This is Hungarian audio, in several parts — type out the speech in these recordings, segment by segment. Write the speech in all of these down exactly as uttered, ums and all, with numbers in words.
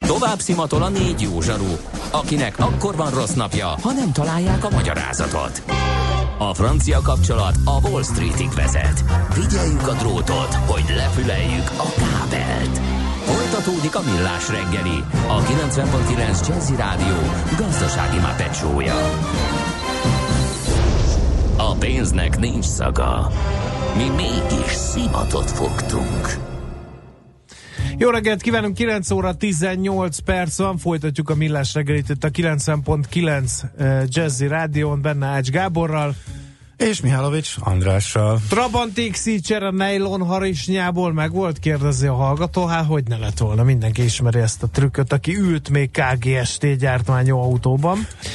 Tovább szimatol a négy jó zsaru, akinek akkor van rossz napja, ha nem találják a magyarázatot. A francia kapcsolat a Wall Streetig vezet. Figyeljük a drótot, hogy lefüleljük a kábelt. Folytatódik a Millás reggeli, a kilencven pont kilenc Jazzy Rádió gazdasági Muppet show-ja. A pénznek nincs szaga. Mi mégis szimatot fogtunk. Jó reggelt kívánunk, kilenc óra tizennyolc perc van, folytatjuk a Millás reggelit itt a kilencven pont kilenc uh, Jazzy Rádión, benne Ács Gáborral és Mihálovics Andrással. Trabant iksz í-cser a nylon harisnyából meg volt, kérdezi a hallgató, hát hogy ne lett volna, mindenki ismeri ezt a trükköt, aki ült még ká gé es té gyártmányú autóban.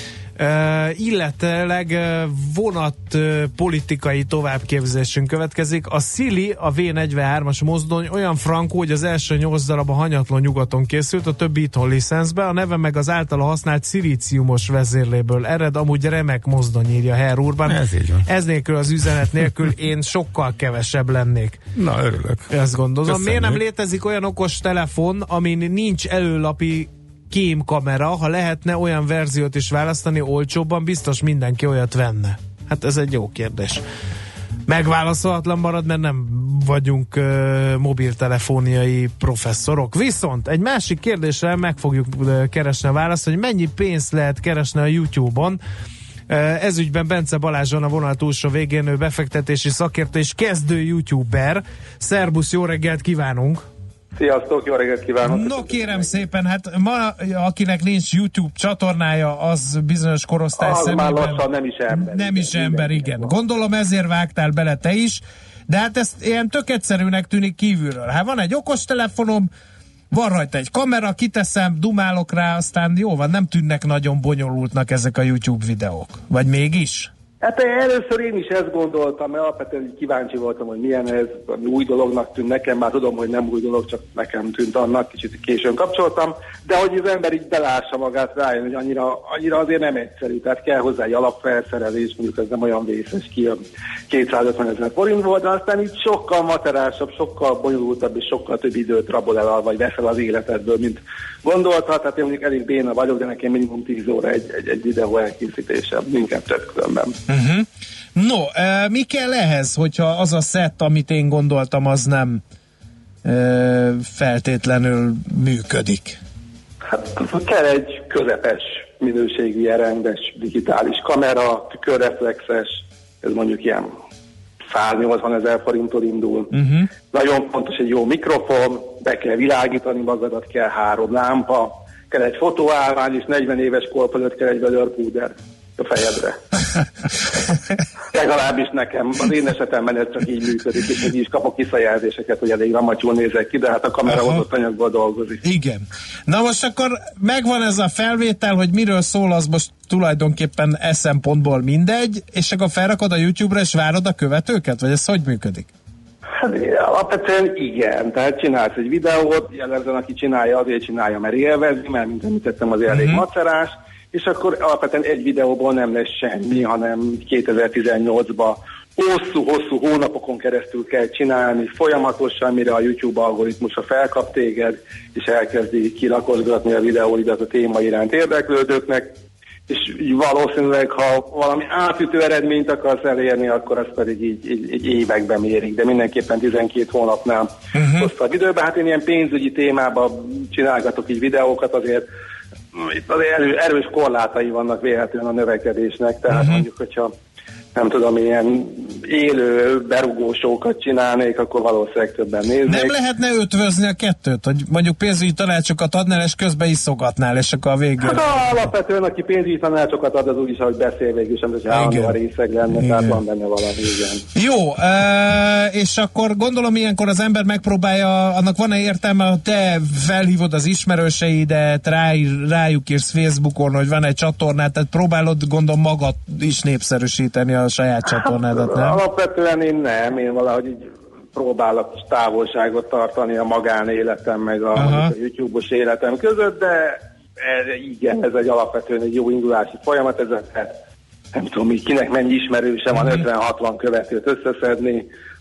Uh, illetőleg uh, vonat uh, politikai továbbképzésünk következik. A Szili, a vé negyvenhármas mozdony olyan frankó, hogy az első nyolc darab a hanyatló nyugaton készült, a többi itthon licenszbe, a neve meg az általa használt szilíciumos vezérléből ered, amúgy remek mozdony, írja Herr Urban. Ez így van. Ez nélkül, az üzenet nélkül én sokkal kevesebb lennék. Na, örülök. Ezt gondolom. Köszönjük. Miért nem létezik olyan okos telefon, amin nincs előlapi kémkamera, ha lehetne olyan verziót is választani olcsóbban, biztos mindenki olyat venne. Hát ez egy jó kérdés. Megválaszolatlan marad, mert nem vagyunk uh, mobiltelefóniai professzorok. Viszont egy másik kérdésre meg fogjuk uh, keresni a választ, hogy mennyi pénzt lehet keresni a YouTube-on. Uh, ezügyben Bence Balázson a vonal túlsó végén, ő befektetési szakértő és kezdő YouTuber. Szerbusz, jó reggelt kívánunk! Sziasztok, jó reggelt kívánok! No kérem szépen, hát ma akinek nincs YouTube csatornája, az bizonyos korosztály az szemében... már lassan nem is ember. Nem is ember, igen. Gondolom ezért vágtál bele te is, de hát ez ilyen tök egyszerűnek tűnik kívülről. Hát van egy okostelefonom, van rajta egy kamera, kiteszem, dumálok rá, aztán jó van, nem tűnnek nagyon bonyolultnak ezek a YouTube videók. Vagy mégis? Hát először én is ezt gondoltam, mert alapvetően kíváncsi voltam, hogy milyen ez, ami új dolognak tűnt nekem, már tudom, hogy nem új dolog, csak nekem tűnt annak, kicsit későn kapcsoltam, de hogy az ember így belássa magát, rájön, hogy annyira, annyira azért nem egyszerű, tehát kell hozzá egy alapfelszerelés, mondjuk ez nem olyan vészes, ki a kétszázötven ezer forintból, de aztán így sokkal materiálisabb, sokkal bonyolultabb és sokkal több időt rabol el, vagy veszel az életedből, mint gondoltad, tehát én mondjuk elég béna vagyok, de nekem minimum tíz óra egy, egy, egy videó elkészítése, inkább több különben. Uh-huh. No, e, mi kell ehhez, hogyha az a szett, amit én gondoltam, az nem e, feltétlenül működik? Hát kell egy közepes minőségű, ilyen rendes digitális kamera, tükörreflexes, ez mondjuk ilyen száznyolcvan ezer forinttól indul. Uh-huh. Nagyon fontos egy jó mikrofon, be kell világítani magadat, kell három lámpa, kell egy fotóállvány, és negyven éves kor fölött kell egy vödörpúder a fejedre. Legalábbis nekem, az én esetemben ez csak így működik, és így is kapok visszajelzéseket, hogy elég ramatyul nézek ki, de hát a kamera adott anyagból dolgozik. Igen. Na most akkor megvan ez a felvétel, hogy miről szól, az most tulajdonképpen e szempontból mindegy, és akkor felrakod a YouTube-ra, és várod a követőket? Vagy ez hogy működik? Hát alapvetően igen, tehát csinálsz egy videót, jellemzően aki csinálja, azért csinálja, mert élvezni, mert mint említettem, azért elég uh-huh. macerás, és akkor alapvetően egy videóból nem lesz semmi, hanem kétezer-tizennyolcban hosszú-hosszú hónapokon keresztül kell csinálni, folyamatosan, mire a YouTube algoritmusa felkap téged, és elkezdi kirakozgatni a videóidat a téma iránt érdeklődőknek, és valószínűleg, ha valami átütő eredményt akarsz elérni, akkor az pedig így, így, így években mérik, de mindenképpen tizenkét hónapnál uh-huh. hosszabb időben. Hát én ilyen pénzügyi témában csinálgatok így videókat, azért itt azért erős, erős korlátai vannak véletlenül a növekedésnek, tehát uh-huh. mondjuk, hogyha nem tudom, ilyen élő berugósókat csinálnék, akkor valószínűleg többen néznék. Nem lehetne ötvözni a kettőt, hogy mondjuk pénzügyi tanácsokat adnál, és közben iszogatnál, és akkor a végén... Hát alapvetően, aki pénzügyi tanácsokat ad, az úgyis, ahogy beszél végül sem, hogy állandóan részeg lenne, igen. Tehát van benne valami, igen. Jó, e- és akkor gondolom ilyenkor az ember megpróbálja, annak van-e értelme, ha te felhívod az ismerőseidet, rá, rájuk írsz Facebookon, hogy van egy csatornát, tehát próbálod, gondolom, magad is népszerűsíteni a saját csatornádat, nem? Hát, alapvetően én nem, én valahogy így próbálok távolságot tartani a magánéletem meg a, a YouTube-os életem között, de ez, igen, ez egy alapvetően egy jó indulási folyamat, ez nem tudom, kinek mennyi ismerőse van, ötven-hatvan követőt összeszedni,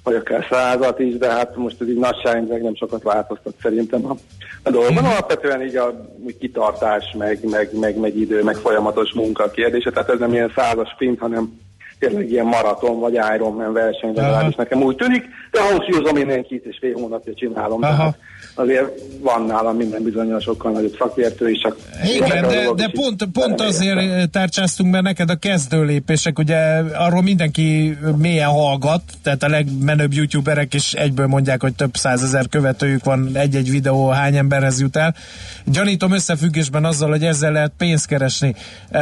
vagy akár százat is, de hát most ez így nagyságrendileg nem sokat változtat szerintem a, a dolgban. Alapvetően így a kitartás, meg, meg, meg, meg idő, meg folyamatos munka kérdése, tehát ez nem ilyen százas sprint, hanem tényleg ilyen maraton vagy Ironman verseny, legalábbis nekem úgy tűnik, de hangsúlyozom, én ilyen két és fél hónapja csinálom, Aha. tehát azért van nálam minden bizonnyal sokkal nagyobb szakértő is. Csak igen, de, de pont, pont azért tárcsáztunk, mert neked a kezdőlépések, ugye arról mindenki mélyen hallgat, tehát a legmenőbb youtuberek is egyből mondják, hogy több százezer követőjük van, egy-egy videó hány emberhez jut el. Gyanítom összefüggésben azzal, hogy ezzel lehet pénzt keresni. E,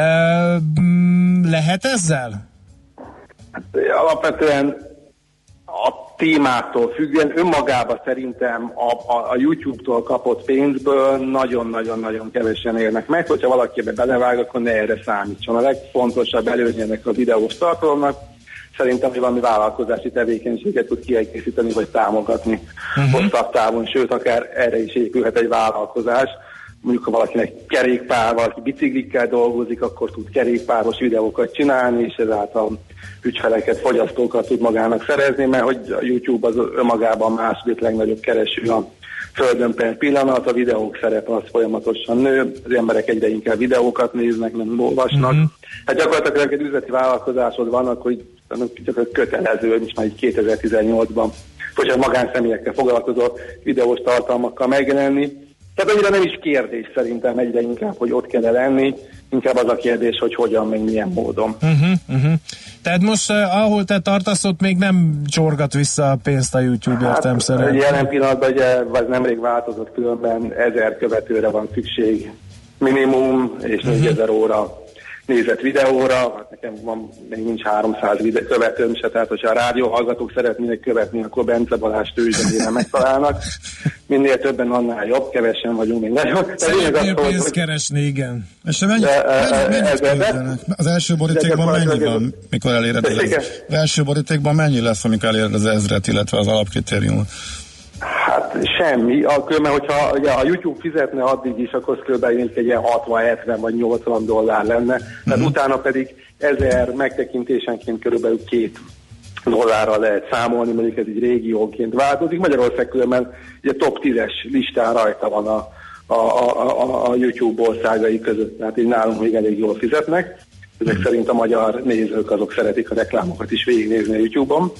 lehet ezzel? Hát, alapvetően a témától függően önmagában szerintem a, a, a YouTube-tól kapott pénzből nagyon-nagyon-nagyon kevesen érnek meg, hogyha valaki ebbe belevág, akkor ne erre számítson. A legfontosabb előnye ennek a videós tartalomnak szerintem, hogy valami vállalkozási tevékenységet tud kiegészíteni, vagy támogatni uh-huh. hosszabb távon, sőt, akár erre is épülhet egy vállalkozás. Mondjuk, ha valakinek kerékpár, valaki biciklikkel dolgozik, akkor tud kerékpáros videókat csinálni, és ezáltal ügyfeleket, fogyasztókat tud magának szerezni, mert hogy a YouTube az önmagában a második legnagyobb kereső a földön per pillanat, a videók szerepe az folyamatosan nő, az emberek egyre inkább videókat néznek, nem olvasnak. Mm-hmm. Hát gyakorlatilag egy üzleti vállalkozásod van, akkor gyakorlatilag kötelező, most már így kétezer-tizennyolcban, hogyha magánszemélyekkel foglalkozó videós tartalmakkal megjelenni. Tehát annyira nem is kérdés szerintem egyre inkább, hogy ott kell lenni, inkább az a kérdés, hogy hogyan, meg milyen módon. Uh-huh, uh-huh. Tehát most, uh, ahol te tartasz, ott még nem csorgat vissza a pénzt a YouTube értelemszerűen. Hát, jelen pillanatban ugye, vagy nemrég változott, különben ezer követőre van szükség minimum, és négyezer uh-huh. óra nézett videóra, hát nekem van, még nincs háromszáz videó, követőm se, tehát hogyha a rádióhallgatók szeretnének követni, akkor Bence Balázs tőzsdére megtalálnak. Minél többen, annál jobb, kevesen vagyunk még nagyon. Szeretnél pénzt keresni, igen. És mennyi, mennyi, mennyit küldenek? Az első borítékban mennyi van, mikor eléred az, az első borítékban mennyi lesz, amikor eléred az ezret, illetve az alapkritériumot? Hát semmi, különben, hogyha ugye, a YouTube fizetne addig is, akkor kb. egy ilyen hatvan, hetven vagy nyolcvan dollár lenne, tehát uh-huh. utána pedig ezer megtekintésenként körülbelül két dollárral lehet számolni, mondjuk ez így régiónként változik. Magyarország különben ugye top tízes listán rajta van a, a, a, a YouTube országai között, tehát így nálunk még elég jól fizetnek. Ezek uh-huh. szerint a magyar nézők azok szeretik a reklámokat is végignézni a YouTube-on.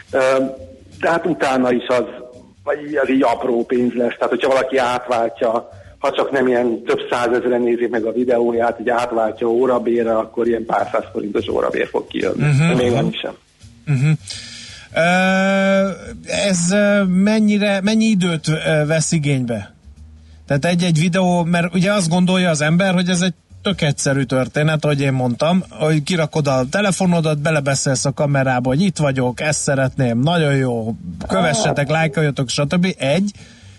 De hát utána is az vagy az így apró pénz lesz, tehát hogyha valaki átváltja, ha csak nem ilyen több százezeren nézik meg a videóját, így átváltja órabérre, akkor ilyen pár száz forintos órabér fog kijönni. Uh-huh. Még nem sem. Uh-huh. Uh, ez mennyire, mennyi időt vesz igénybe? Tehát egy-egy videó, mert ugye azt gondolja az ember, hogy ez egy tök egyszerű történet, ahogy én mondtam, hogy kirakod a telefonodat, belebeszélsz a kamerába, hogy itt vagyok, ezt szeretném, nagyon jó, kövessetek, lájkoljatok, stb. Egy,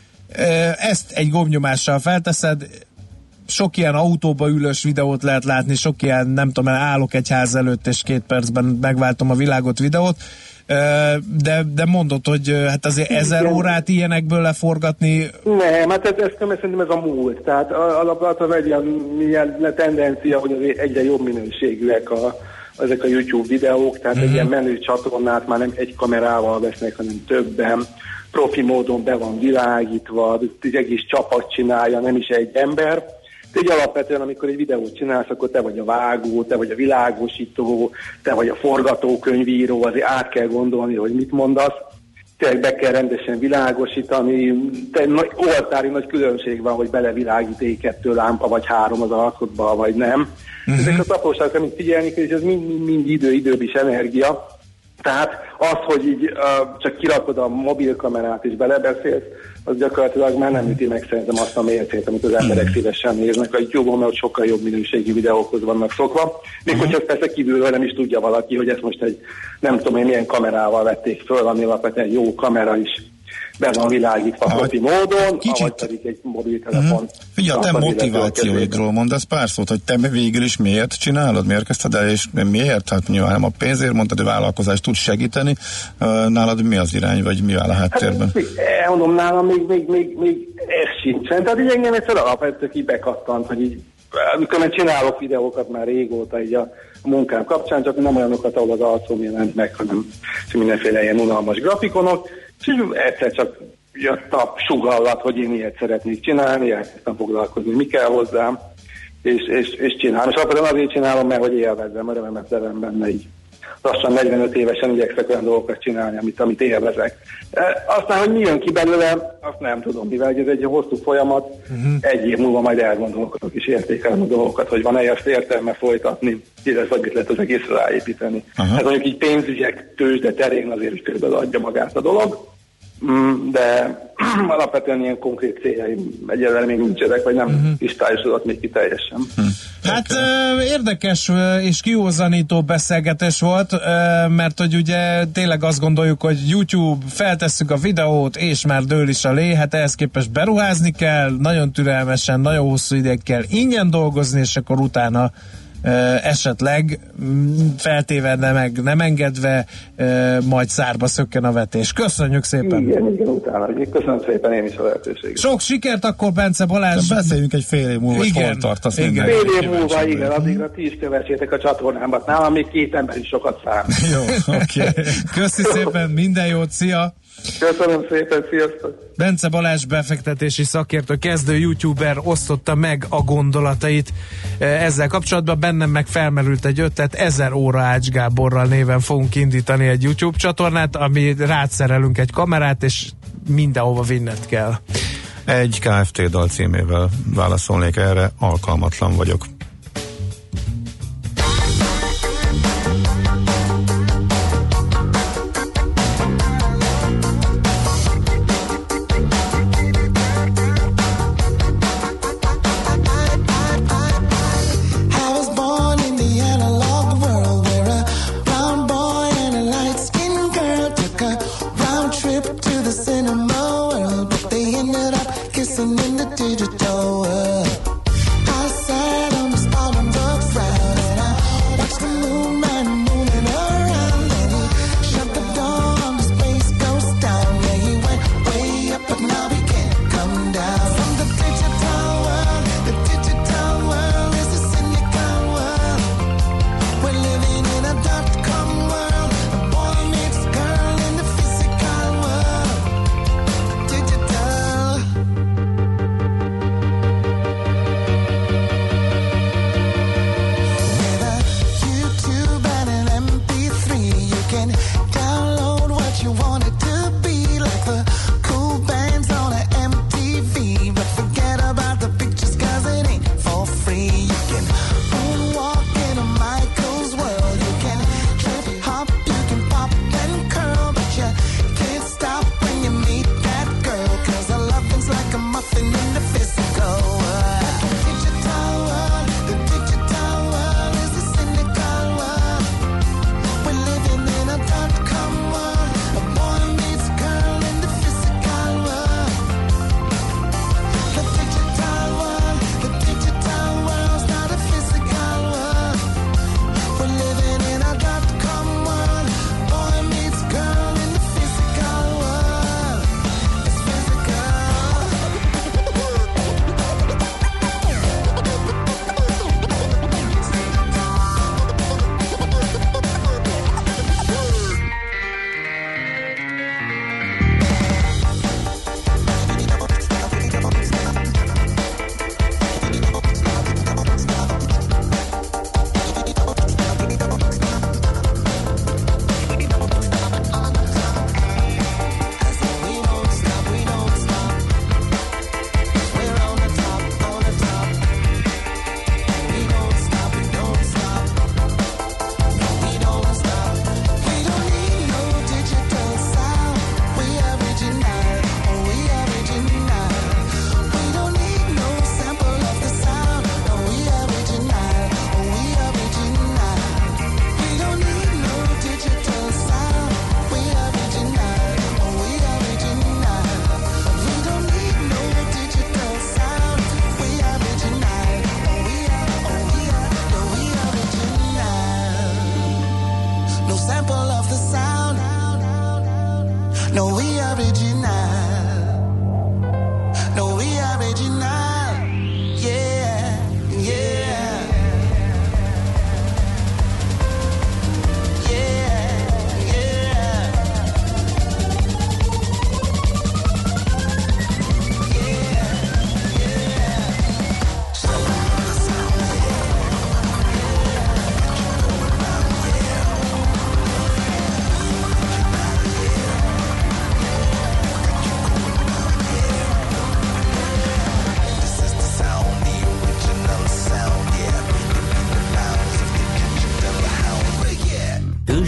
ezt egy gombnyomással felteszed, sok ilyen autóba ülős videót lehet látni, sok ilyen, nem tudom, állok egy ház előtt, és két percben megváltom a világot videót, de, de mondod, hogy hát azért ezer órát ilyenekből leforgatni. Nem, hát ez, ez, szerintem ez a múlt. Tehát alapvetően egy ilyen tendencia, hogy azért egyre jobb minőségűek a, ezek a YouTube videók, tehát uh-huh. egy ilyen menő csatornát már nem egy kamerával vesznek, hanem többen. Profi módon be van világítva, egy egész csapat csinálja, nem is egy ember. De így alapvetően, amikor egy videót csinálsz, akkor te vagy a vágó, te vagy a világosító, te vagy a forgatókönyvíró, azért át kell gondolni, hogy mit mondasz. Tényleg be kell rendesen világosítani. Te, nagy, oltári nagy különbség van, hogy belevilágít egy kettő lámpa, vagy három az alkotba, vagy nem. Uh-huh. Ezek az apróságok, amit figyelni kell, és ez mind, mind, mind idő, időbb is energia. Tehát az, hogy így uh, csak kirakod a mobilkamerát és belebeszélsz, az gyakorlatilag már nem üti meg szerintem azt a mércét, amit az emberek szívesen néznek a YouTube-on, mert sokkal jobb minőségi videókhoz vannak szokva. Még uh-huh. hogyha persze kívülről nem is tudja valaki, hogy ezt most egy nem tudom én milyen kamerával vették föl, ami alapvetően jó kamera is be van világítva profi módon, kicsit... avagy pedig egy mobiltelefon. Uh-huh. Figyelj, te motivációidról mondasz pár szót, hogy te végül is miért csinálod, miért kezdted el, és miért? Hát nyilván nem a pénzért mondtad, hogy vállalkozás tud segíteni. Nálad mi az irány, vagy mi áll a háttérben? Hát, elmondom, nálam még, még, még, még ez sincsen. Tehát így engem egyszer alapvetően így bekattant, hogy így amikor csinálok videókat már régóta így a munkám kapcsán, csak nem olyanokat, ahol az arcom jelent meg, hanem mindenféle ilyen unalmas grafikonok, és egyszer csak jött a sugallat, hogy én ilyet szeretnék csinálni, elkezdtem foglalkozni, mi kell hozzám, és, és, és csinálom. És alapvetően azért csinálom, mert hogy élvezzem, örömemet levem benne így. Lassan negyvenöt évesen igyekszek olyan dolgokat csinálni, amit, amit élvezek. E, aztán, hogy mi jön ki belőle, azt nem tudom, mivel ez egy hosszú folyamat, uh-huh. egy év múlva majd elgondolkodok és értékelem a dolgokat, hogy van-e ezt értelme folytatni, illetve vagy mit lehet az egészre ráépíteni. Uh-huh. Hát mondjuk így pénzügyek, tőzsde terén azért is körülbelül adja magát a dolog, de alapvetően ilyen konkrét céljaim egyelőre még nincsenek, vagy nem uh-huh. kristályosodott még ki teljesen. Uh-huh. Hát okay. Érdekes és kiózanító beszélgetés volt, mert hogy ugye tényleg azt gondoljuk, hogy YouTube, feltesszük a videót, és már dől is a lé, hát ehhez képest beruházni kell, nagyon türelmesen, nagyon hosszú ideig kell ingyen dolgozni, és akkor utána esetleg feltéve nem, meg, nem engedve majd szárba szökken a vetés. Köszönjük szépen! Igen, igen, utána. Köszönöm szépen én is a lehetőséget. Sok sikert akkor, Bence Balázs! Beszéljünk egy fél év múlva, igen, hogy hol tartasz igen. Fél év múlva, igen, addigra ti is kövessétek a csatornámat. Nálam még két ember is sokat számít. Jó, oké. Okay. Köszi szépen, minden jót, szia! Köszönöm szépen, sziasztok! Bence Balázs befektetési szakértő, kezdő youtuber osztotta meg a gondolatait ezzel kapcsolatban. Bennem meg felmerült egy ötlet, ezer óra Ács Gáborral néven fogunk indítani egy YouTube csatornát, ami rátszerelünk egy kamerát, és mindenhova vinned kell. Egy Kft. Dal címével válaszolnék erre, alkalmatlan vagyok. Kissing in the digital world. I sat on the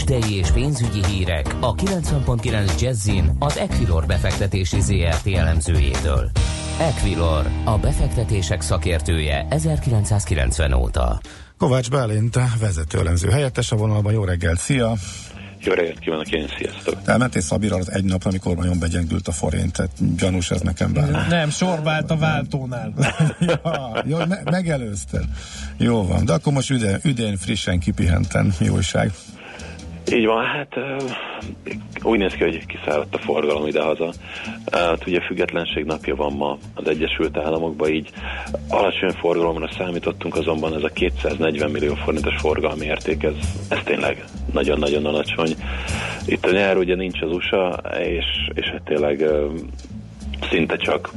Tőzsdei és pénzügyi hírek a kilencven pont kilenc Jazzin az Equilor befektetési zé er té elemzőjétől. Equilor, a befektetések szakértője ezerkilencszázkilencven óta. Kovács Bálint, vezető elemző helyettes a vonalban. Jó reggelt, szia! Jó reggelt kívánok, én sziasztok! Elmentél Szabira az egy napra, amikor nagyon begyengült a forint, tehát gyanús ez nekem bár. Nem, sorvált a váltónál. ja, jó, me- megelőzted. Jó van, de akkor most üde, üdén frissen kipihenten, jó újság. Így van, hát uh, úgy néz ki, hogy kiszállott a forgalom idehaza. Uh, ugye függetlenség napja van ma az Egyesült Államokban, így alacsony forgalomra számítottunk, azonban ez a kétszáznegyven millió forintos forgalmi érték, ez, ez tényleg nagyon-nagyon alacsony. Itt a nyár ugye nincs az u es á, és, és hát tényleg uh, szinte csak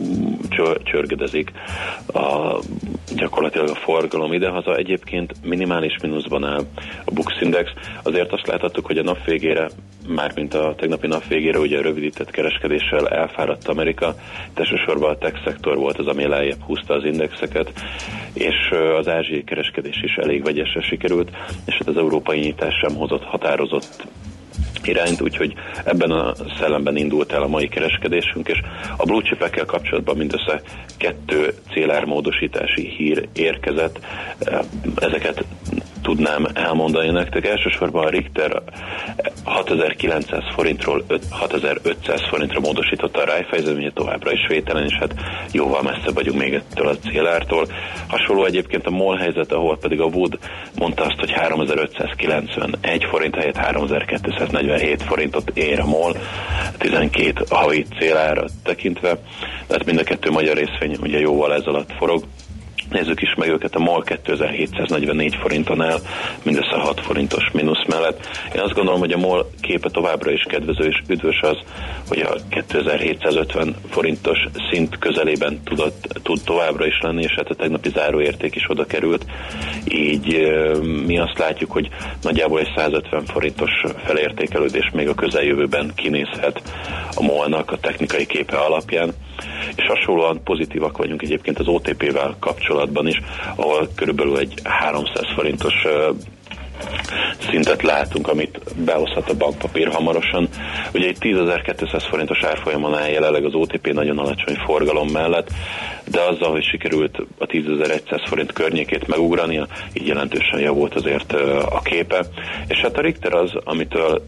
csör, csörgedezik a, gyakorlatilag a forgalom idehaza. Egyébként minimális mínuszban áll a Bux Index. Azért azt láthattuk, hogy a nap végére, mármint a tegnapi nap végére, ugye a rövidített kereskedéssel elfáradt Amerika. Elsősorban a tech szektor volt az, ami lejjebb húzta az indexeket, és az ázsiai kereskedés is elég vegyesre sikerült, és hát az európai nyitás sem hozott határozott irányt, úgyhogy ebben a szellemben indult el a mai kereskedésünk, és a blue chipekkel kapcsolatban mindössze kettő célármódosítási hír érkezett. Ezeket tudnám elmondani nektek. Elsősorban a Richter hatezer-kilencszáz forintról hatezer-ötszáz forintra módosította a Raiffeisen, továbbra is vételen, és hát jóval messze vagyunk még ettől a célártól. Hasonló egyébként a MOL helyzet, ahol pedig a Wood mondta azt, hogy háromezer-ötszázkilencvenegy forint helyett háromezer-kétszáznegyvenhét forintot ér a MOL, tizenkét havi célára tekintve, tehát mind a kettő magyar részvény ugye jóval ez alatt forog. Nézzük is meg őket, a MOL kétezer-hétszáznegyvennégy forinton áll, mindössze hat forintos mínusz mellett. Én azt gondolom, hogy a MOL képe továbbra is kedvező és üdvös az, hogy a kétezer-hétszázötven forintos szint közelében tudott, tud továbbra is lenni, és hát a tegnapi záróérték is oda került. Így mi azt látjuk, hogy nagyjából egy százötven forintos felértékelődés még a közeljövőben kinézhet a MOL-nak a technikai képe alapján. És hasonlóan pozitívak vagyunk egyébként az o té pé-vel kapcsolatban is, ahol körülbelül egy háromszáz forintos uh, szintet látunk, amit behozhat a bankpapír hamarosan. Ugye egy tízezer-kétszáz forintos árfolyamon áll jelenleg az o té pé nagyon alacsony forgalom mellett, de azzal, hogy sikerült a tízezer-száz forint környékét megugrania, így jelentősen javult azért uh, a képe. És hát a Richter az, amitől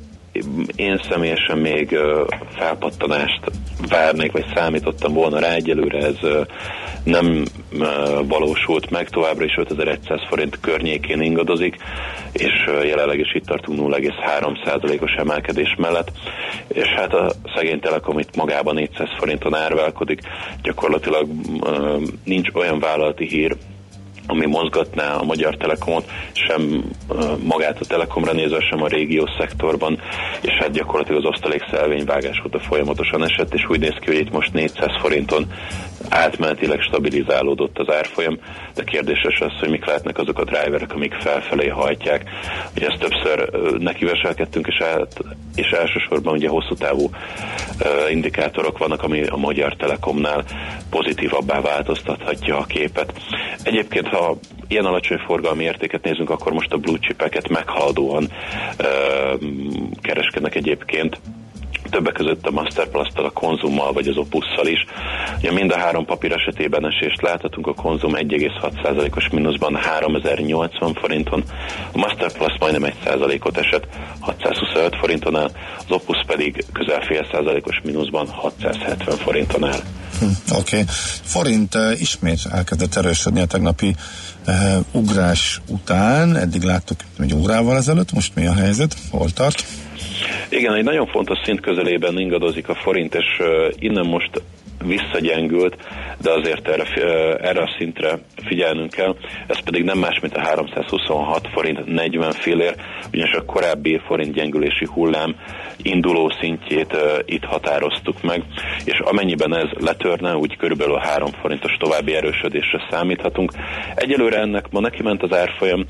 én személyesen még uh, felpattanást várnék, vagy számítottam volna rá, egyelőre ez uh, nem uh, valósult meg, továbbra is ötezer-száz forint környékén ingadozik, és uh, jelenleg is itt tartunk nulla egész három százalékos emelkedés mellett, és hát a szegény Telekom itt magában négyszáz forinton árválkodik, gyakorlatilag uh, nincs olyan vállalati hír, ami mozgatná a Magyar Telekomot, sem uh, magát a Telekomra nézve, sem a régiós szektorban, és hát gyakorlatilag az osztalékszelvényvágás óta folyamatosan esett, és úgy néz ki, hogy itt most négyszáz forinton átmenetileg stabilizálódott az árfolyam, de kérdéses az, hogy mik lehetnek azok a driverek, amik felfelé hajtják. Ugye ezt többször uh, nekiveselkedtünk, és, át, és elsősorban ugye hosszú távú uh, indikátorok vannak, ami a Magyar Telekomnál pozitívabbá változtathatja a képet. Egyébként, ha ilyen alacsony forgalmi értéket nézünk, akkor most a blue chipeket meghaladóan uh, kereskednek egyébként. Többek között a Masterplast-tal, a Konzummal vagy az Opusszal is. Ugye mind a három papír esetében esést láthatunk, a Konzum egy egész hat százalékos mínuszban háromezer-nyolcvan forinton, a Masterplast majdnem egy százalékot esett, hatszázhuszonöt forinton áll, az Opus pedig közel fél százalékos mínuszban hatszázhetven forinton áll. Hm, Oké. Okay. Forint uh, ismét elkezdett erősödni a tegnapi uh, ugrás után. Eddig láttuk egy órával ezelőtt, most mi a helyzet? Hol tart? Igen, egy nagyon fontos szint közelében ingadozik a forint, és uh, innen most visszagyengült, de azért erre, erre a szintre figyelnünk kell. Ez pedig nem más, mint a háromszázhuszonhat forint negyven fillér, ugyanis a korábbi forint gyengülési hullám induló szintjét uh, itt határoztuk meg, és amennyiben ez letörne, úgy körülbelül a három forintos további erősödésre számíthatunk. Egyelőre ennek ma neki ment az árfolyam, uh,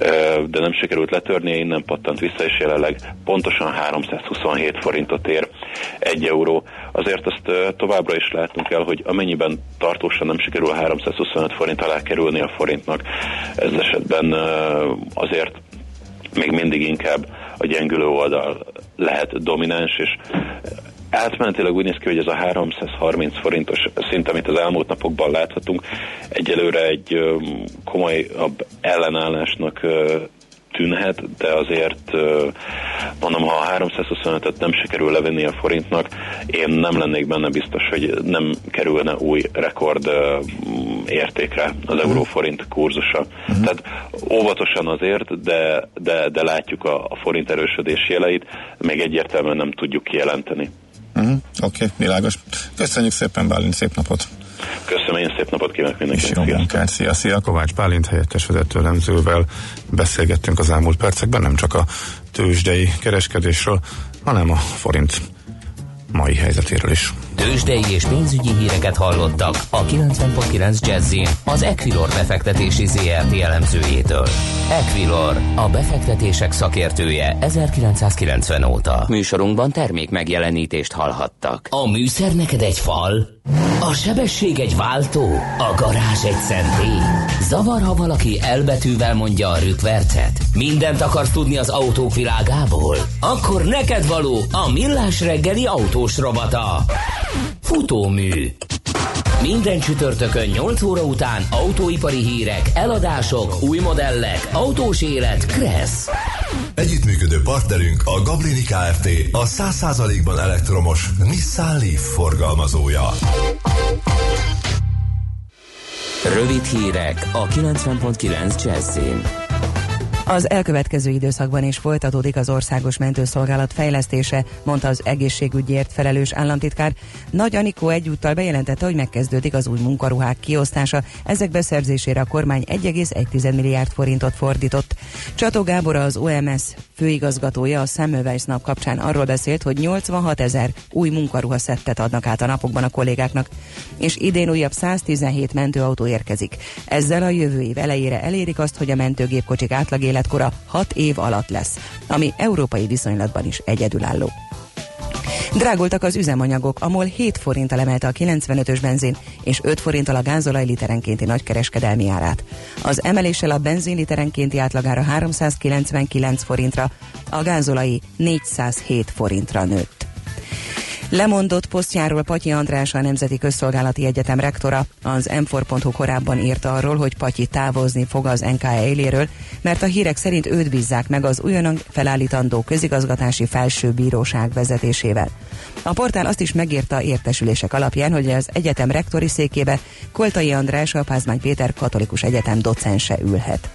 de nem sikerült letörnie, innen pattant vissza, és jelenleg pontosan háromszázhuszonhét forintot ér egy euró. Azért azt uh, továbbra is látnunk kell, hogy amennyiben tartósan nem sikerül a háromszázhuszonöt forint alá kerülni a forintnak, ez esetben uh, azért még mindig inkább a gyengülő oldal lehet domináns, és átmenetileg úgy néz ki, hogy ez a háromszázharminc forintos szint, amit az elmúlt napokban láthatunk, egyelőre egy komolyabb ellenállásnak tűnhet, de azért mondom, ha a háromszázhuszonötöt nem sikerül levenni a forintnak, én nem lennék benne biztos, hogy nem kerülne új rekord értékre az euróforint kurzusa. Uh-huh. Tehát óvatosan azért, de, de, de látjuk a, a forint erősödés jeleit, még egyértelműen nem tudjuk kijelenteni. Uh-huh. Oké, okay, világos. Köszönjük szépen, Bálint, szép napot! Köszönöm, én szép napot kívánok mindenkinek. És jó munkát, szia, szia! Kovács Bálint helyettes vezető elemzővel beszélgettünk az elmúlt percekben, nem csak a tőzsdei kereskedésről, hanem a forint mai helyzetéről is. Tőzsdei és pénzügyi híreket hallottak a kilencven pont kilenc Jazzin az Equilor befektetési zé er té elemzőjétől. Equilor, a befektetések szakértője ezerkilencszázkilencven óta. Műsorunkban termék megjelenítést hallhattak. A műszer neked egy fal? A sebesség egy váltó? A garázs egy szentély? Zavar, ha valaki elbetűvel mondja a rükvercet? Mindent akarsz tudni az autók világából? Akkor neked való a Millás reggeli autós rovata. Futómű. Minden csütörtökön nyolc óra után autóipari hírek, eladások, új modellek, autós élet, Kressz. Együttműködő partnerünk a Gablini Kft. A száz százalékban elektromos Nissan Leaf forgalmazója. Rövid hírek a kilencven pont kilenc Jazzin. Az elkövetkező időszakban is folytatódik az országos mentőszolgálat fejlesztése, mondta az egészségügyért felelős államtitkár. Nagy Anikó egyúttal bejelentette, hogy megkezdődik az új munkaruhák kiosztása. Ezek beszerzésére a kormány egy egész egy milliárd forintot fordított. Csató Gábor, az o em es főigazgatója a Semmelweis nap kapcsán arról beszélt, hogy nyolcvanhat ezer új munkaruhaszettet adnak át a napokban a kollégáknak, és idén újabb száztizenhét mentőautó érkezik. Ezzel a jövő év elejére elérik azt, hogy a mentőgépkocsik átlag életkora hat év alatt lesz, ami európai viszonylatban is egyedülálló. Drágultak az üzemanyagok, a MOL hét forinttal emelte a kilencvenötös benzin és öt forinttal a gázolaj literenkénti nagykereskedelmi árát. Az emeléssel a benzin literenkénti átlagára háromszázkilencvenkilenc forintra, a gázolai négyszázhét forintra nőtt. Lemondott posztjáról Patyi András, a Nemzeti Közszolgálati Egyetem rektora. Az em négy pont hu korábban írta arról, hogy Patyi távozni fog az en ká e éléről, mert a hírek szerint őt bízzák meg az újonnan felállítandó közigazgatási felsőbíróság vezetésével. A portál azt is megírta értesülések alapján, hogy az egyetem rektori székébe Koltai András, a Pázmány Péter Katolikus Egyetem docense ülhet.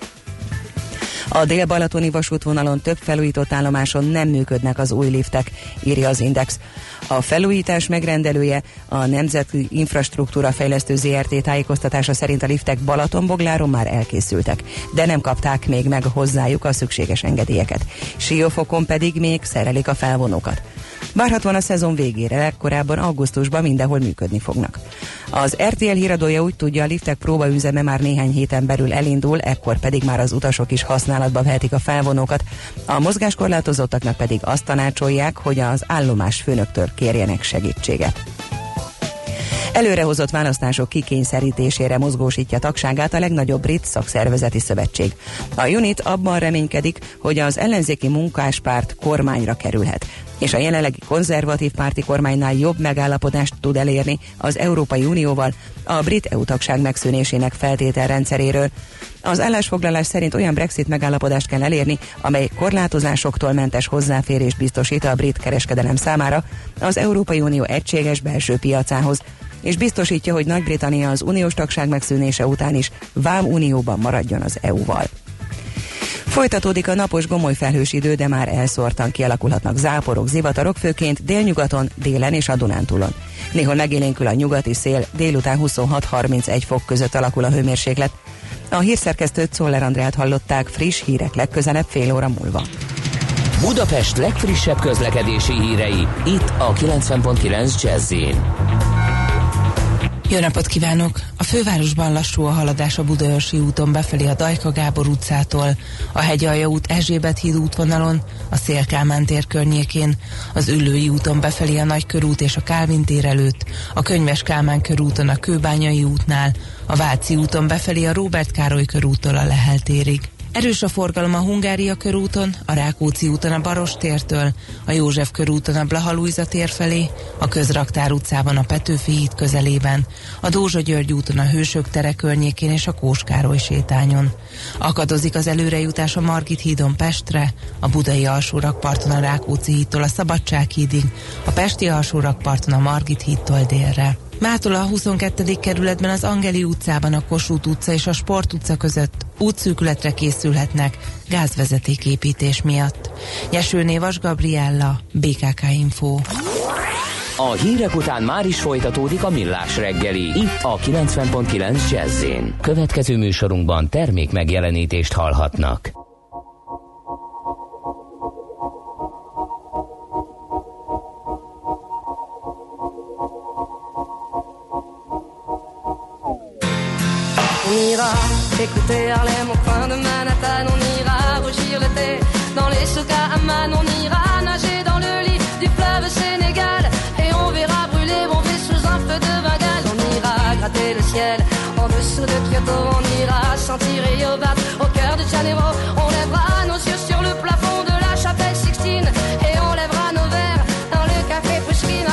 A dél-balatoni vasútvonalon több felújított állomáson nem működnek az új liftek, írja az Index. A felújítás megrendelője, a Nemzeti Infrastruktúra Fejlesztő zé er té tájékoztatása szerint a liftek Balatonbogláron már elkészültek, de nem kapták még meg hozzájuk a szükséges engedélyeket. Siófokon pedig még szerelik a felvonókat. Várhatóan a szezon végére, legkorábban augusztusban mindenhol működni fognak. Az er té el híradója úgy tudja, a liftek próbaüzeme már néhány héten belül elindul, ekkor pedig már az utasok is használatba vehetik a felvonókat. A mozgáskorlátozottaknak pedig azt tanácsolják, hogy az állomás főnöktől kérjenek segítséget. Előrehozott választások kikényszerítésére mozgósítja tagságát a legnagyobb brit szakszervezeti szövetség. A UNIT abban reménykedik, hogy az ellenzéki munkáspárt kormányra kerülhet, és a jelenlegi konzervatív párti kormánynál jobb megállapodást tud elérni az Európai Unióval a brit é u tagság megszűnésének feltételrendszeréről. Az állásfoglalás szerint olyan Brexit megállapodást kell elérni, amely korlátozásoktól mentes hozzáférést biztosít a brit kereskedelem számára az Európai Unió egységes belső piacához, és biztosítja, hogy Nagy-Britannia az uniós tagság megszűnése után is vámunióban maradjon az é u-val. Folytatódik a napos gomolyfelhős idő, de már elszórtan kialakulhatnak záporok, zivatarok, főként délnyugaton, délen és a Dunántúlon. Néhol megélénkül a nyugati szél, délután huszonhat-harmincegy fok között alakul a hőmérséklet. A hírszerkesztőt, Czoller Andrát hallották, friss hírek legközelebb fél óra múlva. Budapest legfrissebb közlekedési hírei, itt a kilencven pont kilenc Jazz-in. Jó napot kívánok! A fővárosban lassú a haladás a Budaörsi úton befelé a Dajka Gábor utcától, a Hegyalja út Erzsébet híd útvonalon, a Széll-Kálmán tér környékén, az Üllői úton befelé a Nagykörút és a Kálvin tér előtt, a Könyves Kálmán körúton a Kőbányai útnál, a Váci úton befelé a Róbert Károly körúttól a Lehel térig. Erős a forgalom a Hungária körúton, a Rákóczi úton a Barostértől, a József körúton a Blaha-Lujza tér felé, a Közraktár utcában a Petőfi híd közelében, a Dózsa-György úton a Hősök tere környékén és a Kós Károly sétányon. Akadozik az előrejutás a Margit hídon Pestre, a Budai alsórakparton a Rákóczi hídtól a Szabadsághídig, a Pesti alsórakparton a Margit hídtól délre. Mától a huszonkettedik kerületben az Angeli utcában a Kossuth utca és a Sport utca között útszűkületre készülhetnek gázvezetéképítés miatt. Nyesőné Vas Gabriella, bé ká ká Info. A hírek után már is folytatódik a Millás reggeli, itt a kilencven pont kilenc Jazz-én. Következő műsorunkban termék megjelenítést hallhatnak. On ira écouter Harlem au coin de Manhattan, on ira rougir le thé dans les souks à Amman, on ira nager dans le lit du fleuve Sénégal et on verra brûler bomber sous un feu de Bengale. On ira gratter le ciel en dessous de Kyoto, on ira sentir Rio Bat au cœur de Janeiro, on lèvera nos yeux sur le plafond de la chapelle Sixtine et on lèvera nos verres dans le café Pushkin.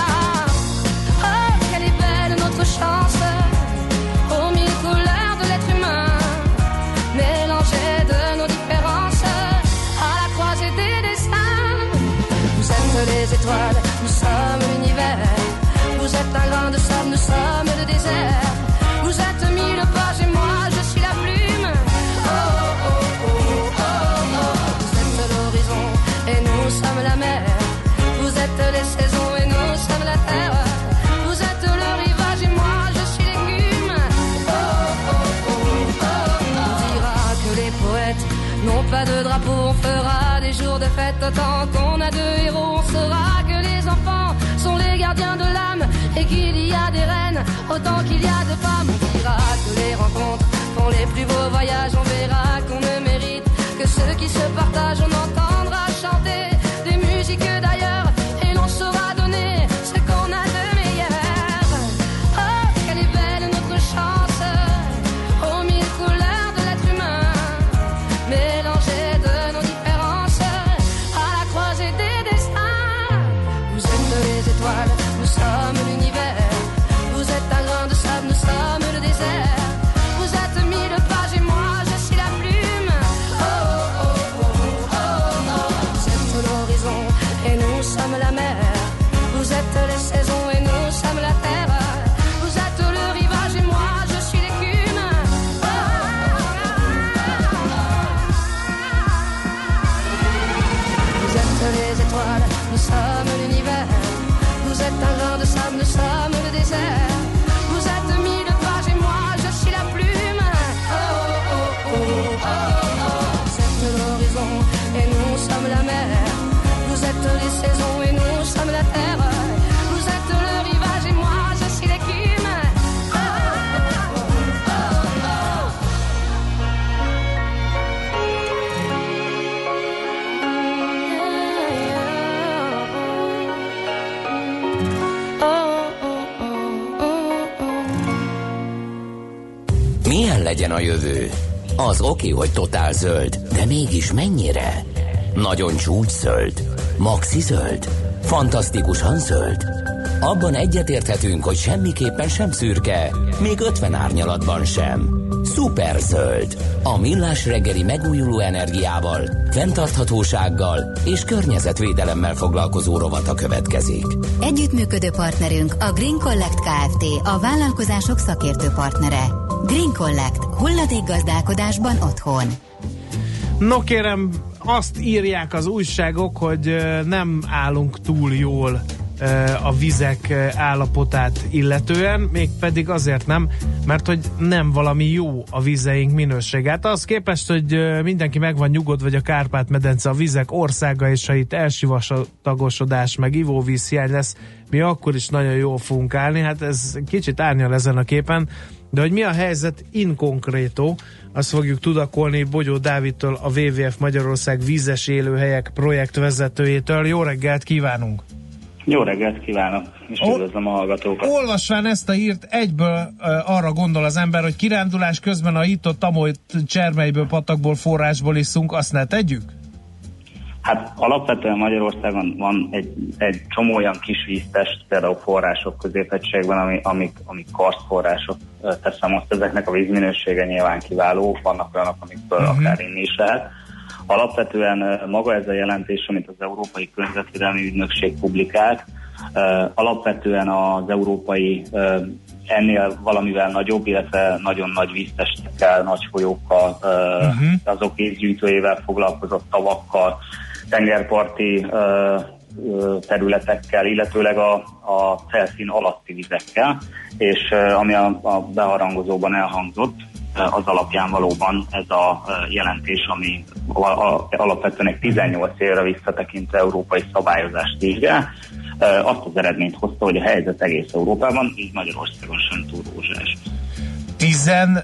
Oh, quelle est belle notre chance, aux mille couleurs de l'être humain, mélangées de nos différences, à la croisée des destins. Vous êtes les étoiles, nous sommes l'univers. Vous êtes un grain de sable, nous sommes le désert. Vous êtes mille pages et moi je suis la plume. Oh oh oh oh oh oh. Vous êtes l'horizon et nous sommes la mer. Vous êtes les saisons et nous sommes la terre. Vous êtes le rivage et moi je suis l'écume. Oh oh oh oh oh. On dira que les poètes n'ont pas de drapeau, on fera des jours de fête tant qu'on a deux héros. On saura que les enfants sont les gardiens de l'âme et qu'il y a des reines autant qu'il y a de femmes. On dira que les rencontres font les plus beaux voyages. On verra qu'on ne mérite que ceux qui se partagent. On entendra chanter des musiques d'ailleurs et l'on saura donner ce qu'on a de meilleur. Oh, quelle est belle notre chance, aux mille couleurs de l'être humain, mélangées de nos différences, à la croisée des destins. Vous êtes les étoiles, nous sommes l'univers. Vous êtes un grain de sable, nous sommes le désert. Vous êtes mille pages et moi je suis la plume. Oh oh oh oh oh oh. Vous êtes l'horizon et nous sommes la mer. Vous êtes les saisons et nous sommes la terre. Vous êtes le rivage et moi je suis l'écume. Oh, oh, oh, oh. Vous êtes les étoiles, nous sommes l'univers. Vous êtes un grain de sable, nous sommes le désert. Vous êtes mille pages et moi je suis la plume. Oh oh oh oh oh oh. Vous êtes l'horizon et nous sommes la mer. Vous êtes les saisons et nous sommes la terre. Vous êtes le rivage et moi je suis l'écume. Oh oh oh oh oh. Milyen legyen a jövő? Az oké, hogy totál zöld, de mégis mennyire? Nagyon csúcs zöld? Maxi zöld? Fantasztikusan zöld? Abban egyetérthetünk, hogy semmiképpen sem szürke, még ötven árnyalatban sem. Szuper zöld. A Millás reggeli megújuló energiával, fenntarthatósággal és környezetvédelemmel foglalkozó rovata következik. Együttműködő partnerünk a Green Collect Kft., a vállalkozások szakértő partnere. Green Collect. Hulladékgazdálkodásban otthon. No kérem, azt írják az újságok, hogy nem állunk túl jól a vizek állapotát illetően, mégpedig azért nem, mert hogy nem valami jó a vizeink minősége. Hát az képest, hogy mindenki meg van nyugodva, vagy a Kárpát-medence a vizek országa, és ha itt elsivatagosodás, meg ivóvízhiány lesz, mi akkor is nagyon jól fogunk állni. Hát ez kicsit árnyal ezen a képen, de hogy mi a helyzet in concreto, azt fogjuk tudakolni Bogyó Dávidtól, a dupla vé vé ef Magyarország vízes élőhelyek projektvezetőjétől. Jó reggelt kívánunk! Jó reggelt kívánok, és üdvözlöm a hallgatókat. Olvasván ezt a hírt, egyből uh, arra gondol az ember, hogy kirándulás közben a itt-ott amolyt csermelyből, patakból, forrásból iszunk, azt ne tegyük? Hát alapvetően Magyarországon van egy, egy csomó olyan kis víztest, például források középhegységben, ami, amik, amik karsztforrások, teszem azt, ezeknek a vízminősége nyilván kiváló, vannak olyanok, amikből uh-huh. akár inni is lehet. Alapvetően maga ez a jelentés, amit az Európai Környezetvédelmi Ügynökség publikált, alapvetően az európai ennél valamivel nagyobb, illetve nagyon nagy víztestekkel, nagy folyókkal, uh-huh. azok vízgyűjtőjével foglalkozott, tavakkal, tengerparti területekkel, illetőleg a, a felszín alatti vizekkel, és ami a, a beharangozóban elhangzott, az alapján valóban ez a jelentés, ami alapvetően egy tizennyolc évre visszatekintő európai szabályozást vizsgál, azt az eredményt hozta, hogy a helyzet egész Európában, így Magyarországon sem túl rózsás. Tizen,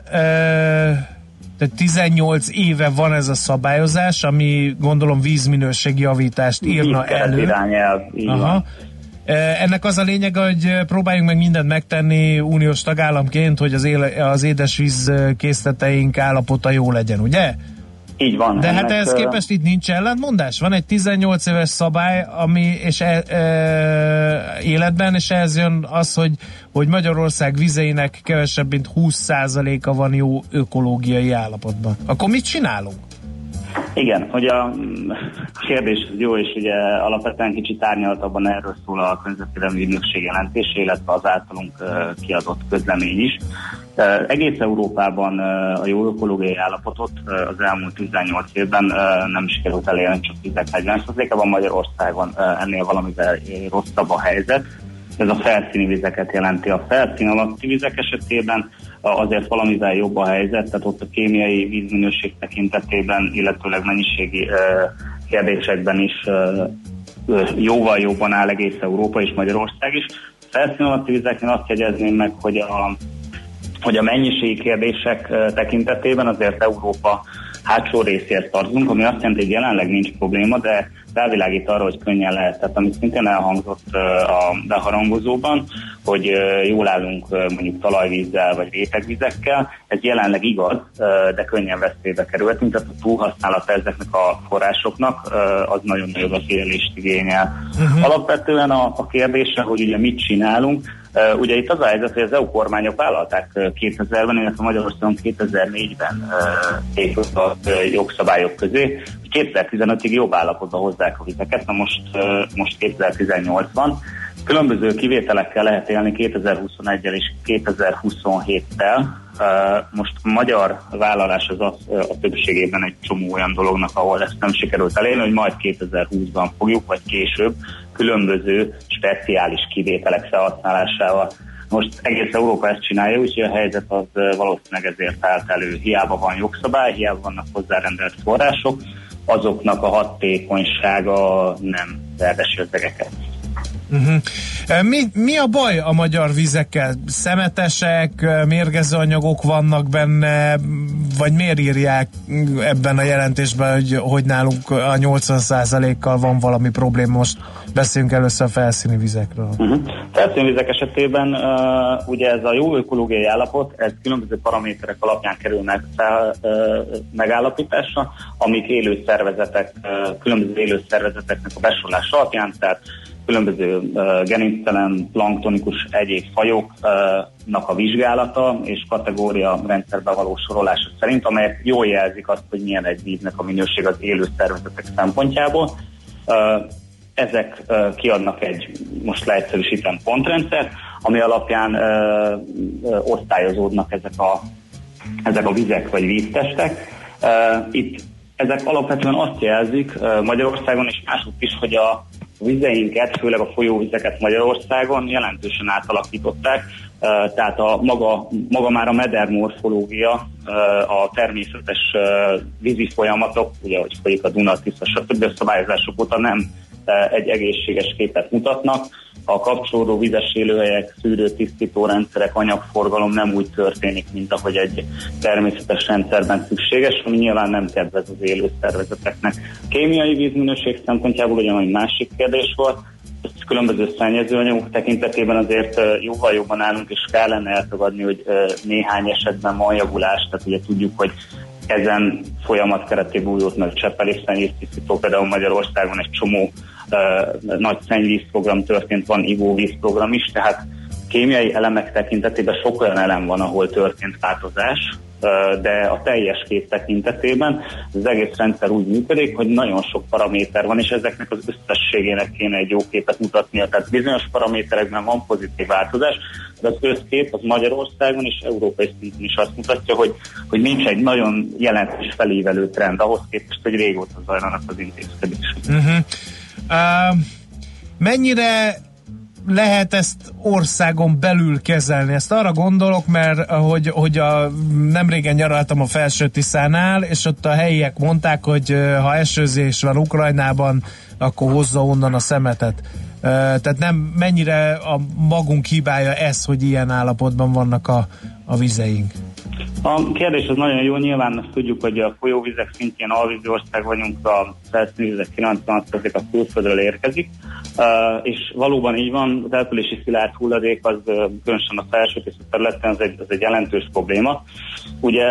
uh, tizennyolc éve van ez a szabályozás, ami gondolom vízminőségi javítást írna elő. Irányelv, Aha. Ennek az a lényeg, hogy próbáljunk meg mindent megtenni uniós tagállamként, hogy az, éle, az édesvíz készleteink állapota jó legyen, ugye? Így van. De hát ehhez képest itt nincs ellentmondás? Van egy tizennyolc éves szabály, ami és e, e, életben, és ehhez jön az, hogy, hogy Magyarország vizeinek kevesebb, mint húsz százaléka van jó ökológiai állapotban. Akkor mit csinálunk? Igen, hogy a kérdés jó, és ugye alapvetően kicsit árnyaltabban erről szól a Környezetvédelmi Ügynökség jelentése, illetve az általunk kiadott közlemény is. Egész Európában a jó ökológiai állapotot az elmúlt tizennyolc évben nem sikerült elérni, csak negyven százalékában, Magyarországon ennél valamivel rosszabb a helyzet. Ez a felszíni vizeket jelenti. A felszín alatti vizek esetében azért valamivel jobb a helyzet, tehát ott a kémiai vízminőség tekintetében, illetőleg mennyiségi kérdésekben is jóval jobban áll egész Európa és Magyarország is. A felszín alatti vizeknél azt jegyezném meg, hogy a, hogy a mennyiségi kérdések tekintetében azért Európa hátsó részért tartunk, ami azt jelenti, hogy jelenleg nincs probléma, de rávilágít arra, hogy könnyen lehet. Tehát amit szintén elhangzott a beharangozóban, hogy jól állunk mondjuk talajvízzel vagy rétegvizekkel, ez jelenleg igaz, de könnyen veszélybe kerülhetünk, tehát a túlhasználata ezeknek a forrásoknak az nagyon nagy odafigyelést igényel. Uh-huh. Alapvetően a, a kérdése, hogy ugye mit csinálunk, Uh, ugye itt az a helyzet, hogy az é u kormányok vállalták uh, kétezerben, illetve Magyarországon kétezer-négyben uh, épült a uh, jogszabályok közé, hogy kétezer-tizenötig jobb állapotba hozzák a vizeket, na most, uh, most kétezer-tizennyolc van. Különböző kivételekkel lehet élni kétezer-huszonegyel és kétezer-huszonhéttel. Uh, most a magyar vállalás az, az uh, a többségében egy csomó olyan dolognak, ahol ezt nem sikerült elérni, hogy majd kétezer-húszban fogjuk, vagy később, különböző speciális kivételek felhasználásával. Most egész Európa ezt csinálja, úgyhogy a helyzet az valószínűleg ezért állt elő. Hiába van jogszabály, hiába vannak hozzárendelt források, azoknak a hatékonysága nem verdesi összegeket. Uh-huh. Mi, mi a baj a magyar vizekkel? Szemetesek, mérgező anyagok vannak benne, vagy miért írják ebben a jelentésben, hogy, hogy nálunk a nyolcvan százalékkal van valami probléma? Most beszéljünk először a felszíni vizekről. Uh-huh. Felszíni vizek esetében uh, ugye ez a jó ökológiai állapot, ez különböző paraméterek alapján kerül meg fel, uh, megállapításra, amik élő szervezetek, uh, különböző élő szervezeteknek a besorolása alapján, tehát különböző uh, gerinctelen, planktonikus egyéb fajoknak a vizsgálata és kategória rendszerbe való sorolása szerint, amelyek jól jelzik azt, hogy milyen egy víznek a minőség az élő szervezetek szempontjából. Uh, ezek uh, kiadnak egy, most leegyszerűsítem, pontrendszert, ami alapján uh, uh, osztályozódnak ezek a, ezek a vizek vagy víztestek. Uh, itt ezek alapvetően azt jelzik uh, Magyarországon és máshogy is, hogy a vizeinket, főleg a folyóvizeket Magyarországon jelentősen átalakították, tehát a maga, maga már a medermorfológia, a természetes vízi folyamatok, ugye, hogy folyik a Duna, Tisza, stb. A szabályozások óta nem egy egészséges képet mutatnak. A kapcsolódó vizes élőhelyek, szűrő-tisztító rendszerek, anyagforgalom nem úgy történik, mint ahogy egy természetes rendszerben szükséges, ami nyilván nem kedvez az élő szervezeteknek. A kémiai vízminőség szempontjából ugyan egy másik kérdés volt, különböző szennyezőanyagok tekintetében azért jóval jobban állunk, és kellene elfogadni, hogy néhány esetben van javulás, tehát ugye tudjuk, hogy ezen folyamat keretében újult meg cseppelészennyvíztisztító, például Magyarországon egy csomó uh, nagy szennyvízprogram történt, van ivóvízprogram is, tehát kémiai elemek tekintetében sok olyan elem van, ahol történt változás, uh, de a teljes kép tekintetében az egész rendszer úgy működik, hogy nagyon sok paraméter van, és ezeknek az összességének kéne egy jó képet mutatnia. Tehát bizonyos paraméterekben van pozitív változás, de az összkép az Magyarországon és európai szinten is azt mutatja, hogy, hogy nincs egy nagyon jelentős felévelő trend, ahhoz képest, hogy régóta zajlanak az intézkedések. Uh-huh. Uh, mennyire lehet ezt országon belül kezelni? Ezt arra gondolok, mert hogy, hogy a, nemrégen nyaraltam a Felső-Tiszánál, és ott a helyiek mondták, hogy ha esőzés van Ukrajnában, akkor hozza onnan a szemetet. Tehát nem mennyire a magunk hibája ez, hogy ilyen állapotban vannak a, a vizeink? A kérdés az nagyon jó, nyilván azt tudjuk, hogy a folyóvizek szintjén alvízi ország vagyunk, a felszíni vizek kilencvenhat százaléka a külföldről érkezik, és valóban így van, a települési szilárd hulladék az különösen a Felső-Tisza területen ez egy, ez egy jelentős probléma. Ugye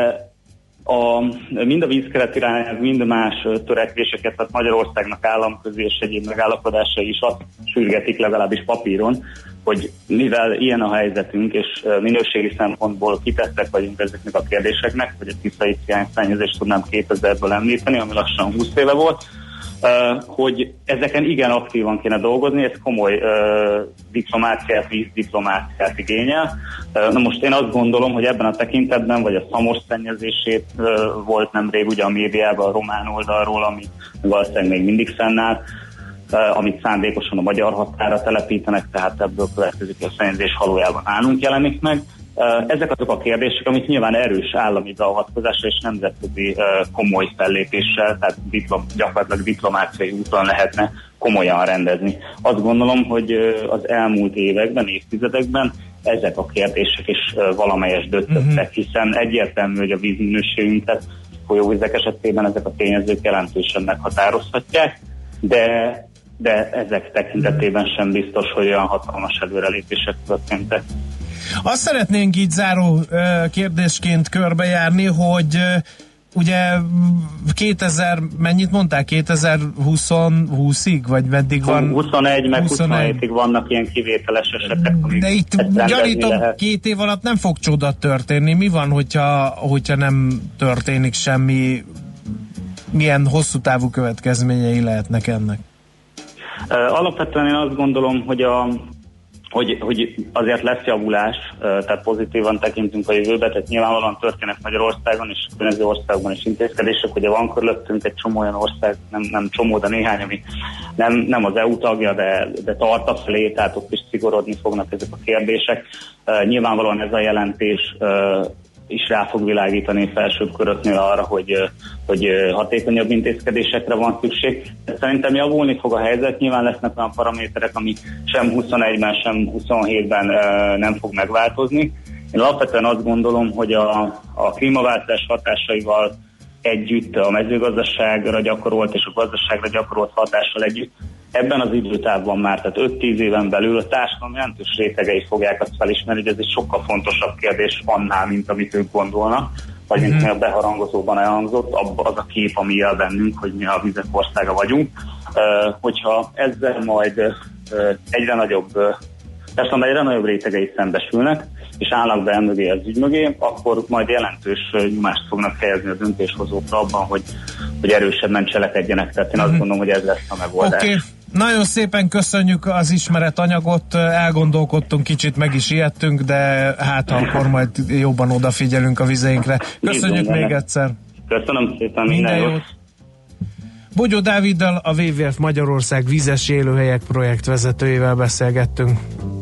A, mind a vízkeret irányához, mind más törekvéseket, tehát Magyarországnak államközi és egyéb megállapodásai is azt sürgetik legalábbis papíron, hogy mivel ilyen a helyzetünk, és minőségi szempontból kitettek vagyunk ezeknek a kérdéseknek, hogy a tiszai ciányszennyezést tudnám kétezrből említeni, ami lassan húsz éve volt, Uh, hogy ezeken igen aktívan kéne dolgozni, ez komoly uh, diplomáciát, vízdiplomáciát igényel. Uh, na most én azt gondolom, hogy ebben a tekintetben, vagy a szamos szennyezését uh, volt nemrég ugye a médiában a román oldalról, ami valószínűleg még mindig fennáll, uh, amit szándékosan a magyar határa telepítenek, tehát ebből következik, hogy a szennyezés valójában nálunk jelenik meg. Ezek azok a kérdések, amit nyilván erős állami beavatkozással és nemzetközi komoly fellépéssel, tehát diplom, gyakorlatilag diplomáciai úton lehetne komolyan rendezni. Azt gondolom, hogy az elmúlt években, évtizedekben ezek a kérdések is valamelyes döcögtek, hiszen egyértelmű, hogy a vízminőségünket folyóvizek esetében ezek a tényezők jelentősen meghatározhatják, de, de ezek tekintetében sem biztos, hogy olyan hatalmas előrelépések történtek. Azt szeretnénk így záró kérdésként körbejárni, hogy ugye kétezer, mennyit mondták? kétezer-húszig, vagy meddig van? huszonegy, meg huszonhétig vannak ilyen kivételes esetek. De itt gyanítom, két év alatt nem fog csoda történni. Mi van, hogyha, hogyha nem történik semmi? Milyen hosszú távú következményei lehetnek ennek? Alapvetően én azt gondolom, hogy a Hogy, hogy azért lesz javulás, tehát pozitívan tekintünk a jövőbe, tehát nyilvánvalóan történnek Magyarországon és különböző országban is intézkedések, ugye van körülöttünk egy csomó olyan ország, nem, nem csomó, de néhány, ami nem, nem az é u tagja, de, de tart a felé, tehát ott is szigorodni fognak ezek a kérdések. Nyilvánvalóan ez a jelentés is rá fog világítani felsőbb köröknél arra, hogy, hogy hatékonyabb intézkedésekre van szükség. Szerintem javulni fog a helyzet, nyilván lesznek olyan paraméterek, ami sem huszonegyben, sem huszonhétben nem fog megváltozni. Én alapvetően azt gondolom, hogy a, a klímaváltozás hatásaival együtt a mezőgazdaságra gyakorolt és a gazdaságra gyakorolt hatással együtt ebben az időtávban már, tehát öt-tíz éven belül a társadalom jelentős rétegei fogják azt felismerni, hogy ez egy sokkal fontosabb kérdés annál, mint amit ők gondolnak, vagy mint mi a beharangozóban elhangzott, az a kép, ami jel bennünk, hogy mi a vizek országa vagyunk. Uh, hogyha ezzel majd uh, egyre nagyobb uh, társadalom egyre nagyobb rétegei szembesülnek, és állnak be mögé az ügy mögé, akkor majd jelentős nyomást fognak helyezni a döntéshozókra abban, hogy, hogy erősebben cselekedjenek. Tehát én azt gondolom, hogy ez lesz a megoldás. Okay. Nagyon szépen köszönjük az ismeretanyagot, elgondolkodtunk, kicsit meg is ijedtünk, de hát akkor majd jobban odafigyelünk a vizeinkre. Köszönjük még egyszer. Köszönöm szépen, minden, minden jót. Bogyó Dáviddal, a dupla vé vé ef Magyarország vízes élőhelyek projektvezetőjével beszélgettünk.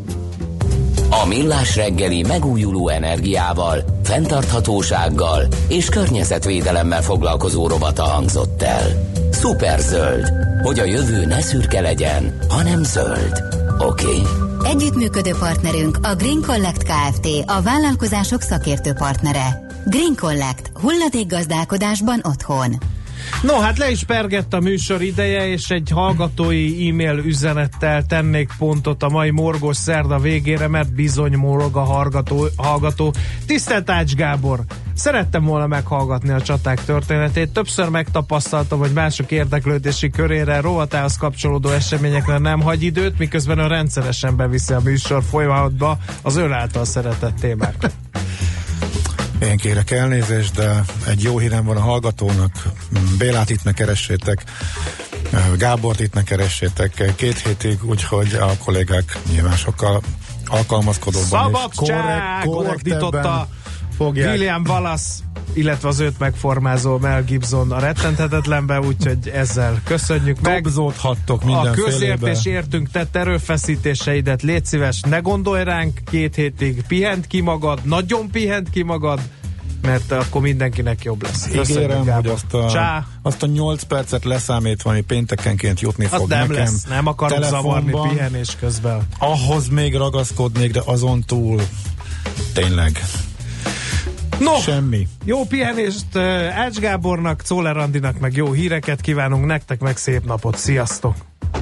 A Millás reggeli megújuló energiával, fenntarthatósággal és környezetvédelemmel foglalkozó rovata hangzott el. Szuperzöld, hogy a jövő ne szürke legyen, hanem zöld. Oké? Okay? Együttműködő partnerünk a Green Collect Kft. A vállalkozások szakértő partnere. Green Collect. Hulladékgazdálkodásban otthon. No, hát le is pergett a műsor ideje, és egy hallgatói e-mail üzenettel tennék pontot a mai morgós szerda végére, mert bizony morog a hallgató. hallgató. Tisztelt Ács Gábor! Szerettem volna meghallgatni a csaták történetét. Többször megtapasztaltam, hogy mások érdeklődési körére, rovatához kapcsolódó eseményekre nem hagy időt, miközben a rendszeresen beviszi a műsor folyamatba az ön által szeretett témákat. Én kérek elnézést, de egy jó hírem van a hallgatónak. Bélát itt ne keressétek, Gábort itt ne keressétek két hétig, úgyhogy a kollégák nyilván sokkal alkalmazkodóban Szabadság! Ordította William Wallace, illetve az őt megformázó Mel Gibson a rettenthetetlenbe, úgyhogy ezzel köszönjük meg. Dobzódhattok A közértés értünk tett erőfeszítéseidet, légy szíves, ne gondolj ránk két hétig, pihent ki magad, nagyon pihent ki magad, mert akkor mindenkinek jobb lesz. Köszönjük, ígérem, Gábor. hogy azt a, azt a nyolc percet leszámítva, ami péntekenként jutni azt fog nem nekem. lesz, nem akarok zavarni pihenés közben. Ahhoz még ragaszkodnék, de azon túl tényleg no, semmi. Jó pihenést Ács Gábornak, Czoller Andinak meg jó híreket kívánunk nektek, meg szép napot. Sziasztok!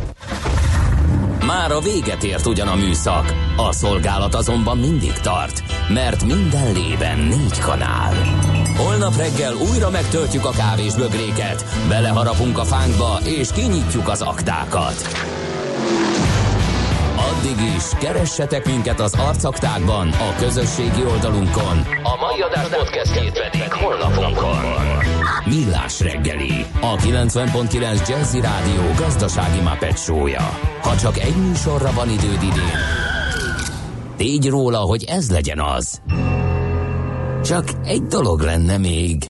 Már a véget ért ugyan a műszak, a szolgálat azonban mindig tart, mert minden lében négy kanál. Holnap reggel újra megtöltjük a kávésbögréket, beleharapunk a fánkba és kinyitjuk az aktákat. Addig is keressetek minket az arcaktákban, a közösségi oldalunkon. A mai adás podcastjét pedig honlapunkon. Millás reggeli, a kilencven pont kilenc Jazzy Rádió gazdasági Muppet show-ja. Ha csak egy műsorra van időd idén, tégy róla, hogy ez legyen az. Csak egy dolog lenne még.